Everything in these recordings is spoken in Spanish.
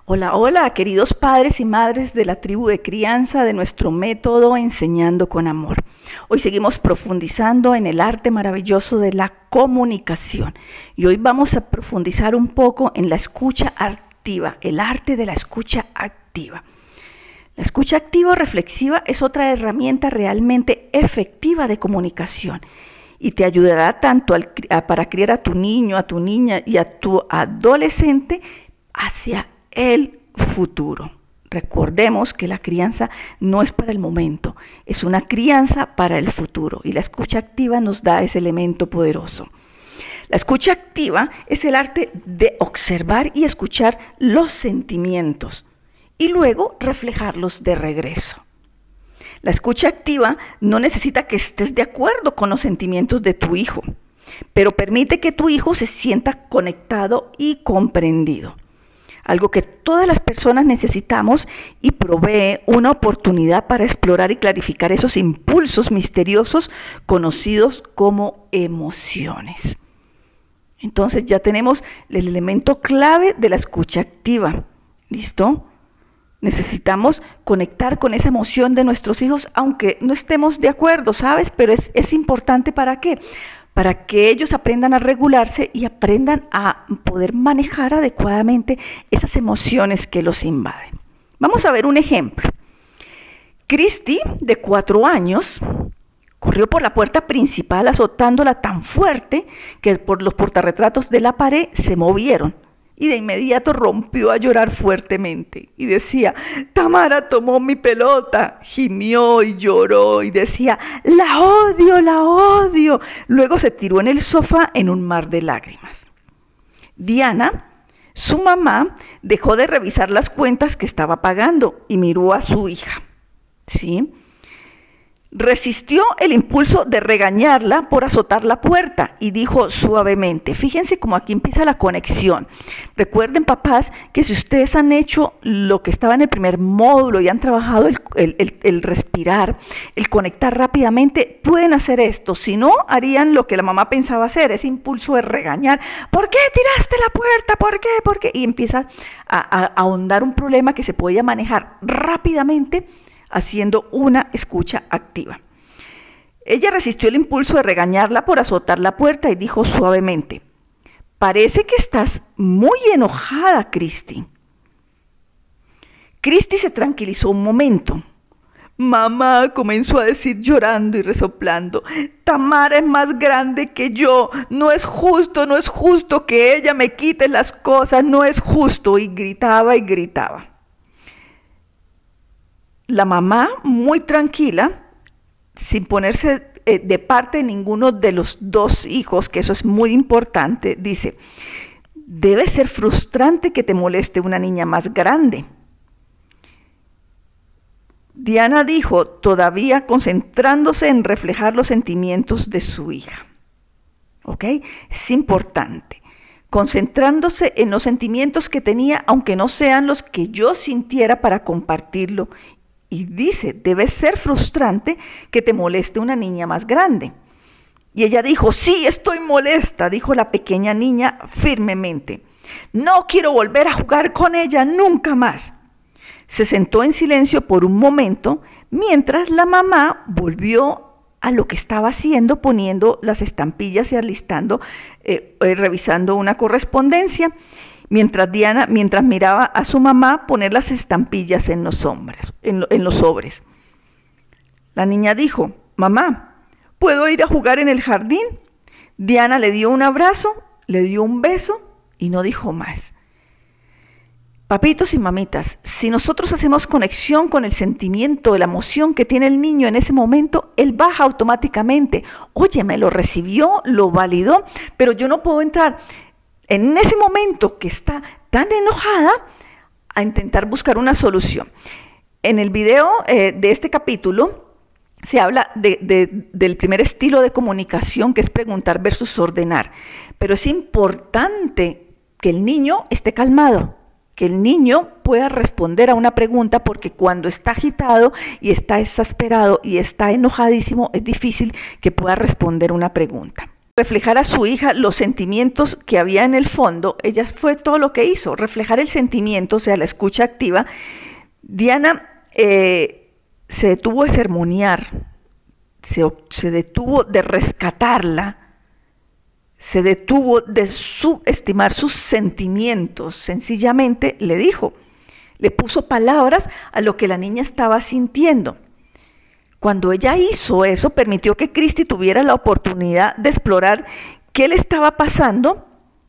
Hola, hola, queridos padres y madres de la tribu de crianza de nuestro método Enseñando con Amor. Hoy seguimos profundizando en el arte maravilloso de la comunicación y hoy vamos a profundizar un poco en la escucha activa, el arte de la escucha activa. La escucha activa o reflexiva es otra herramienta realmente efectiva de comunicación y te ayudará tanto para criar a tu niño, a tu niña y a tu adolescente hacia el futuro. Recordemos que la crianza no es para el momento, es una crianza para el futuro y la escucha activa nos da ese elemento poderoso. La escucha activa es el arte de observar y escuchar los sentimientos y luego reflejarlos de regreso. La escucha activa no necesita que estés de acuerdo con los sentimientos de tu hijo, pero permite que tu hijo se sienta conectado y comprendido. Algo que todas las personas necesitamos y provee una oportunidad para explorar y clarificar esos impulsos misteriosos conocidos como emociones. Entonces ya tenemos el elemento clave de la escucha activa. ¿Listo? Necesitamos conectar con esa emoción de nuestros hijos, aunque no estemos de acuerdo, ¿sabes? Pero es importante ¿para qué? Para que ellos aprendan a regularse y aprendan a poder manejar adecuadamente esas emociones que los invaden. Vamos a ver un ejemplo. Christy, de 4 años, corrió por la puerta principal azotándola tan fuerte que por los portarretratos de la pared se movieron. Y de inmediato rompió a llorar fuertemente y decía: Tamara tomó mi pelota, gimió y lloró y decía: la odio, la odio. Luego se tiró en el sofá en un mar de lágrimas. Diana, su mamá, dejó de revisar las cuentas que estaba pagando y miró a su hija. ¿Sí? Resistió el impulso de regañarla por azotar la puerta y dijo suavemente, fíjense cómo aquí empieza la conexión. Recuerden, papás, que si ustedes han hecho lo que estaba en el primer módulo y han trabajado el respirar, el conectar rápidamente, pueden hacer esto. Si no, harían lo que la mamá pensaba hacer, ese impulso de regañar. ¿Por qué tiraste la puerta? ¿Por qué? ¿Por qué? Y empieza a ahondar un problema que se podía manejar rápidamente haciendo una escucha activa. Ella resistió el impulso de regañarla por azotar la puerta y dijo suavemente: parece que estás muy enojada, Christy. Christy se tranquilizó un momento. Mamá, comenzó a decir llorando y resoplando, Tamara es más grande que yo, no es justo que ella me quite las cosas, no es justo. Y gritaba y gritaba. La mamá, muy tranquila, sin ponerse de parte de ninguno de los dos hijos, que eso es muy importante, dice: debe ser frustrante que te moleste una niña más grande. Diana dijo, todavía concentrándose en reflejar los sentimientos de su hija. ¿Ok? Es importante. Concentrándose en los sentimientos que tenía, aunque no sean los que yo sintiera para compartirlo. Y dice, debe ser frustrante que te moleste una niña más grande. Y ella dijo, sí, estoy molesta, dijo la pequeña niña firmemente. No quiero volver a jugar con ella nunca más. Se sentó en silencio por un momento, mientras la mamá volvió a lo que estaba haciendo, poniendo las estampillas y alistando, revisando una correspondencia. Mientras miraba a su mamá poner las estampillas en los sobres. La niña dijo, mamá, ¿puedo ir a jugar en el jardín? Diana le dio un abrazo, le dio un beso y no dijo más. Papitos y mamitas, si nosotros hacemos conexión con el sentimiento, la emoción que tiene el niño en ese momento, él baja automáticamente. Oye, me lo recibió, lo validó, pero yo no puedo entrar en ese momento que está tan enojada a intentar buscar una solución. En el video de este capítulo se habla del primer estilo de comunicación, que es preguntar versus ordenar. Pero es importante que el niño esté calmado, que el niño pueda responder a una pregunta, porque cuando está agitado y está exasperado y está enojadísimo, es difícil que pueda responder una pregunta. reflejar a su hija los sentimientos que había en el fondo, ella fue todo lo que hizo, reflejar el sentimiento, o sea, la escucha activa. Diana se detuvo de sermonear, se detuvo de rescatarla, se detuvo de subestimar sus sentimientos, sencillamente le dijo, le puso palabras a lo que la niña estaba sintiendo. Cuando ella hizo eso, permitió que Cristi tuviera la oportunidad de explorar qué le estaba pasando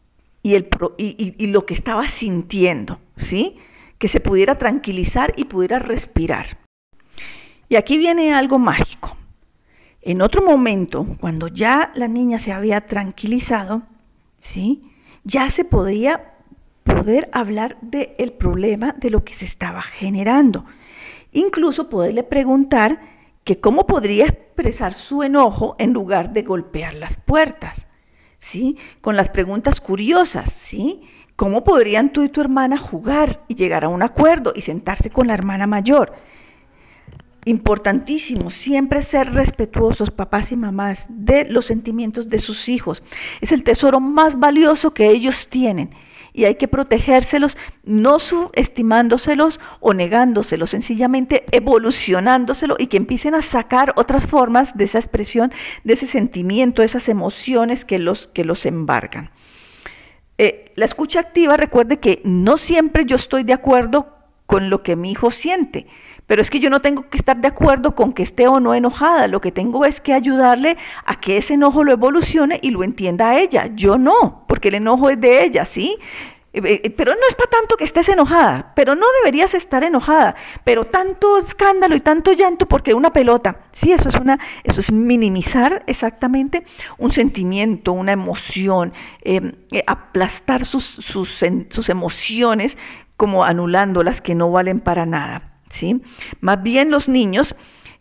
y lo que estaba sintiendo, ¿sí? Que se pudiera tranquilizar y pudiera respirar. Y aquí viene algo mágico. En otro momento, cuando ya la niña se había tranquilizado, ¿sí? Ya se poder hablar del problema, de lo que se estaba generando. Incluso poderle preguntar que cómo podría expresar su enojo en lugar de golpear las puertas, ¿sí? Con las preguntas curiosas, ¿sí? ¿Cómo podrían tú y tu hermana jugar y llegar a un acuerdo y sentarse con la hermana mayor? Importantísimo, siempre ser respetuosos, papás y mamás, de los sentimientos de sus hijos. Es el tesoro más valioso que ellos tienen. Y hay que protegérselos, no subestimándoselos o negándoselos, sencillamente evolucionándoselo y que empiecen a sacar otras formas de esa expresión, de ese sentimiento, de esas emociones que los embargan. La escucha activa, recuerde que no siempre yo estoy de acuerdo con lo que mi hijo siente, pero es que yo no tengo que estar de acuerdo con que esté o no enojada, lo que tengo es que ayudarle a que ese enojo lo evolucione y lo entienda a ella, yo no, porque el enojo es de ella, ¿sí? Pero no es para tanto que estés enojada, pero no deberías estar enojada, pero tanto escándalo y tanto llanto porque una pelota, sí, eso es minimizar exactamente un sentimiento, una emoción, aplastar sus emociones como anulándolas que no valen para nada. ¿Sí? Más bien los niños,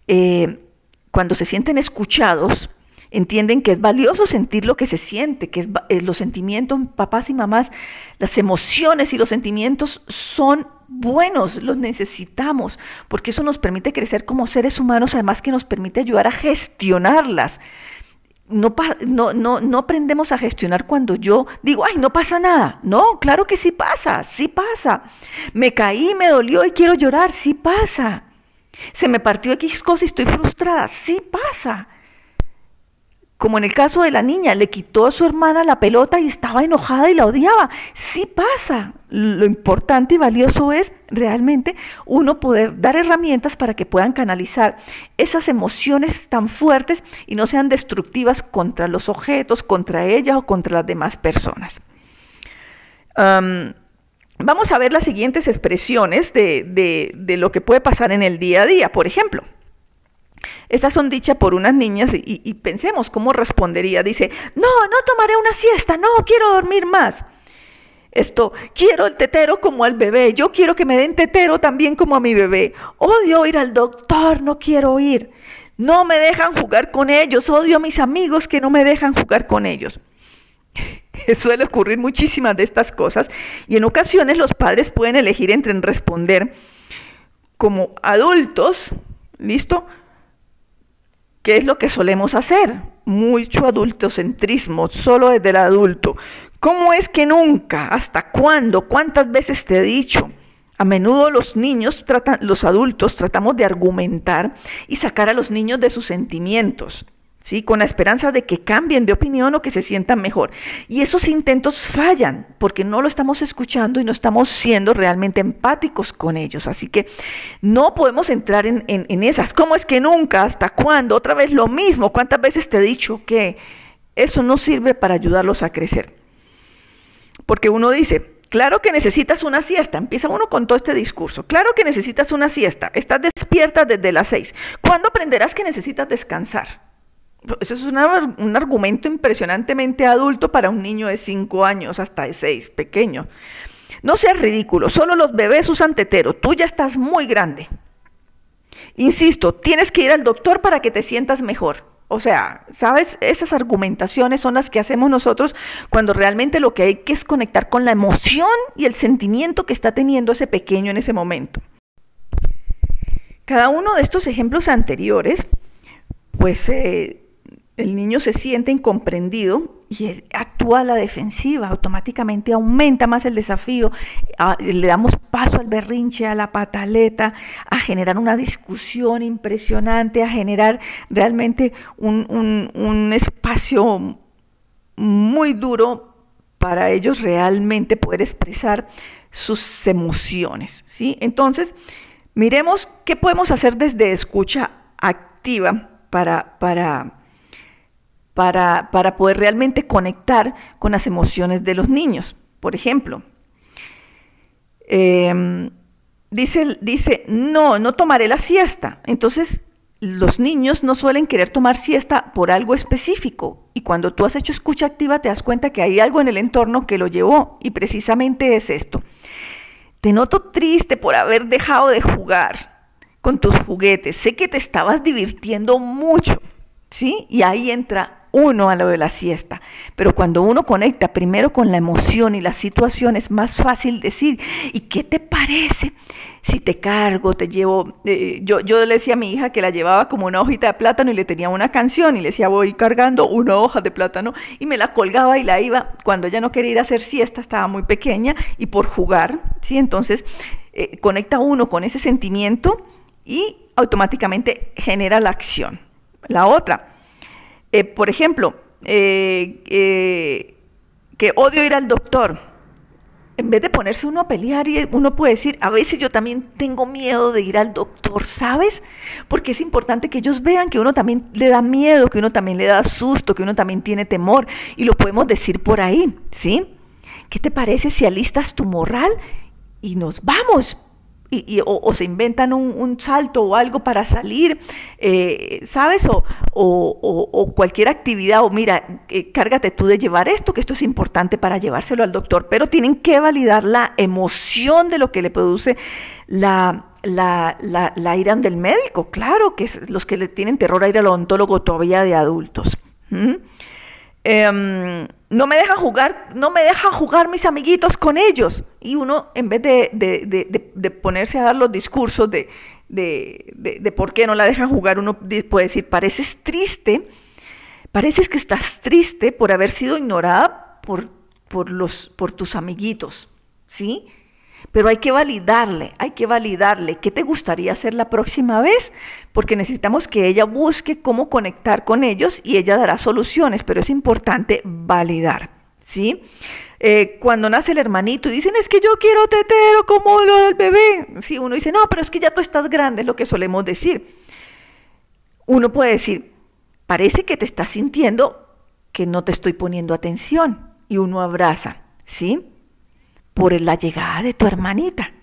cuando se sienten escuchados, entienden que es valioso sentir lo que se siente, que los sentimientos, papás y mamás, las emociones y los sentimientos son buenos, los necesitamos, porque eso nos permite crecer como seres humanos, además que nos permite ayudar a gestionarlas. No aprendemos a gestionar cuando yo digo, ay, no pasa nada. No, claro que sí pasa, sí pasa. Me caí, me dolió y quiero llorar, sí pasa. Se me partió X cosa y estoy frustrada, sí pasa. Como en el caso de la niña, le quitó a su hermana la pelota y estaba enojada y la odiaba. Sí pasa. Lo importante y valioso es realmente uno poder dar herramientas para que puedan canalizar esas emociones tan fuertes y no sean destructivas contra los objetos, contra ella o contra las demás personas. Vamos a ver las siguientes expresiones de lo que puede pasar en el día a día. Por ejemplo, estas son dichas por unas niñas y pensemos cómo respondería. Dice, no tomaré una siesta, no, quiero dormir más. Quiero el tetero como al bebé, yo quiero que me den tetero también como a mi bebé. Odio ir al doctor, no quiero ir. No me dejan jugar con ellos, odio a mis amigos que no me dejan jugar con ellos. Suele ocurrir muchísimas de estas cosas y en ocasiones los padres pueden elegir entre responder como adultos, ¿listo?, ¿qué es lo que solemos hacer? Mucho adultocentrismo, solo desde el adulto. ¿Cómo es que nunca? ¿Hasta cuándo? ¿Cuántas veces te he dicho? A menudo los adultos tratamos de argumentar y sacar a los niños de sus sentimientos, ¿sí? Con la esperanza de que cambien de opinión o que se sientan mejor. Y esos intentos fallan porque no lo estamos escuchando y no estamos siendo realmente empáticos con ellos. Así que no podemos entrar en esas. ¿Cómo es que nunca? ¿Hasta cuándo? Otra vez lo mismo. ¿Cuántas veces te he dicho que eso no sirve para ayudarlos a crecer? Porque uno dice, claro que necesitas una siesta. Empieza uno con todo este discurso. Claro que necesitas una siesta. Estás despierta desde las 6. ¿Cuándo aprenderás que necesitas descansar? Eso es un argumento impresionantemente adulto para un niño de 5 años, hasta de 6, pequeño. No seas ridículo, solo los bebés usan tetero, tú ya estás muy grande. Insisto, tienes que ir al doctor para que te sientas mejor. O sea, ¿sabes? Esas argumentaciones son las que hacemos nosotros cuando realmente lo que hay que es conectar con la emoción y el sentimiento que está teniendo ese pequeño en ese momento. Cada uno de estos ejemplos anteriores, pues el niño se siente incomprendido y actúa a la defensiva, automáticamente aumenta más el desafío, le damos paso al berrinche, a la pataleta, a generar una discusión impresionante, a generar realmente un espacio muy duro para ellos realmente poder expresar sus emociones, ¿sí? Entonces, miremos qué podemos hacer desde escucha activa para poder realmente conectar con las emociones de los niños. Por ejemplo, dice, no tomaré la siesta. Entonces, los niños no suelen querer tomar siesta por algo específico. Y cuando tú has hecho escucha activa, te das cuenta que hay algo en el entorno que lo llevó. Y precisamente es esto. Te noto triste por haber dejado de jugar con tus juguetes. Sé que te estabas divirtiendo mucho, ¿sí? Y ahí entra uno a lo de la siesta. Pero cuando uno conecta primero con la emoción y la situación, es más fácil decir, ¿y qué te parece si te cargo, te llevo? Yo le decía a mi hija que la llevaba como una hojita de plátano y le tenía una canción y le decía, voy cargando una hoja de plátano, y me la colgaba y la iba, cuando ella no quería ir a hacer siesta, estaba muy pequeña, y por jugar, ¿sí? Entonces conecta uno con ese sentimiento y automáticamente genera la acción. La otra, por ejemplo, que odio ir al doctor. En vez de ponerse uno a pelear, y uno puede decir, a veces yo también tengo miedo de ir al doctor, ¿sabes? Porque es importante que ellos vean que uno también le da miedo, que uno también le da susto, que uno también tiene temor, y lo podemos decir por ahí, ¿sí? ¿Qué te parece si alistas tu morral y nos vamos? O se inventan un salto o algo para salir, ¿sabes? O cualquier actividad, o mira, cárgate tú de llevar esto, que esto es importante para llevárselo al doctor, pero tienen que validar la emoción de lo que le produce la ira del médico, claro, que es los que le tienen terror a ir al odontólogo todavía de adultos. No me dejan jugar mis amiguitos con ellos, y uno, en vez de ponerse a dar los discursos de por qué no la dejan jugar, uno puede decir, pareces que estás triste por haber sido ignorada por tus amiguitos, ¿sí? Pero hay que validarle, ¿qué te gustaría hacer la próxima vez? Porque necesitamos que ella busque cómo conectar con ellos y ella dará soluciones, pero es importante validar, ¿sí? Cuando nace el hermanito y dicen, es que yo quiero tetero como lo del bebé, ¿sí? Uno dice, no, pero es que ya tú estás grande, es lo que solemos decir. Uno puede decir, parece que te estás sintiendo que no te estoy poniendo atención, y uno abraza, ¿sí? Por la llegada de tu hermanita.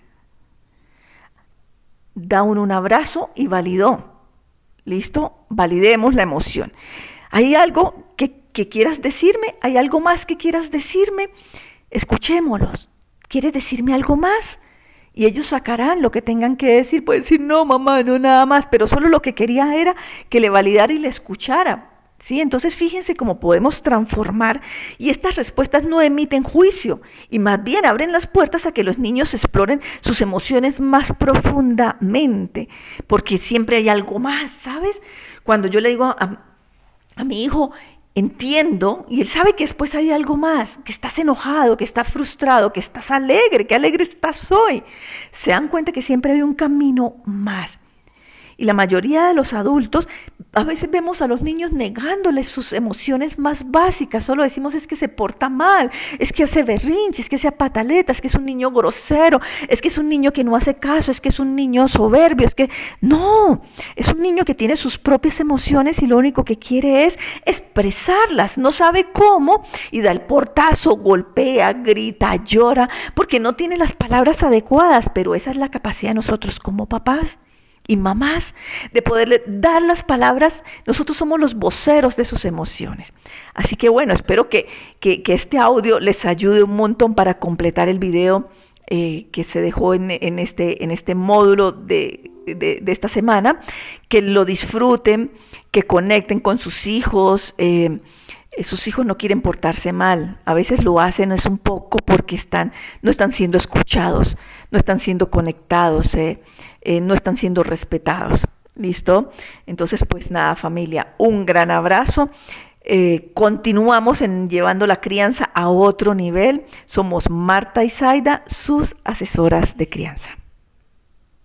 Da un abrazo y validó. ¿Listo? Validemos la emoción. ¿Hay algo que quieras decirme? ¿Hay algo más que quieras decirme? Escuchémoslos. ¿Quieres decirme algo más? Y ellos sacarán lo que tengan que decir. Pueden decir, no mamá, no nada más, pero solo lo que quería era que le validara y le escuchara. ¿Sí? Entonces fíjense cómo podemos transformar, y estas respuestas no emiten juicio y más bien abren las puertas a que los niños exploren sus emociones más profundamente, porque siempre hay algo más, ¿sabes? Cuando yo le digo a mi hijo, entiendo, y él sabe que después hay algo más, que estás enojado, que estás frustrado, que estás alegre, que alegre estás hoy, se dan cuenta que siempre hay un camino más. Y la mayoría de los adultos, a veces vemos a los niños negándoles sus emociones más básicas, solo decimos es que se porta mal, es que hace berrinche, es que hace pataleta, es que es un niño grosero, es que es un niño que no hace caso, es que es un niño soberbio, es que no, es un niño que tiene sus propias emociones y lo único que quiere es expresarlas, no sabe cómo y da el portazo, golpea, grita, llora, porque no tiene las palabras adecuadas, pero esa es la capacidad de nosotros como papás y mamás, de poderle dar las palabras. Nosotros somos los voceros de sus emociones. Así que bueno, espero que este audio les ayude un montón para completar el video que se dejó en este módulo de esta semana, que lo disfruten, que conecten con sus hijos. Sus hijos no quieren portarse mal, a veces lo hacen, es un poco porque no están siendo escuchados, no están siendo conectados, no están siendo respetados. ¿Listo? Entonces, pues nada, familia, un gran abrazo. Continuamos llevando la crianza a otro nivel. Somos Marta y Zaida, sus asesoras de crianza.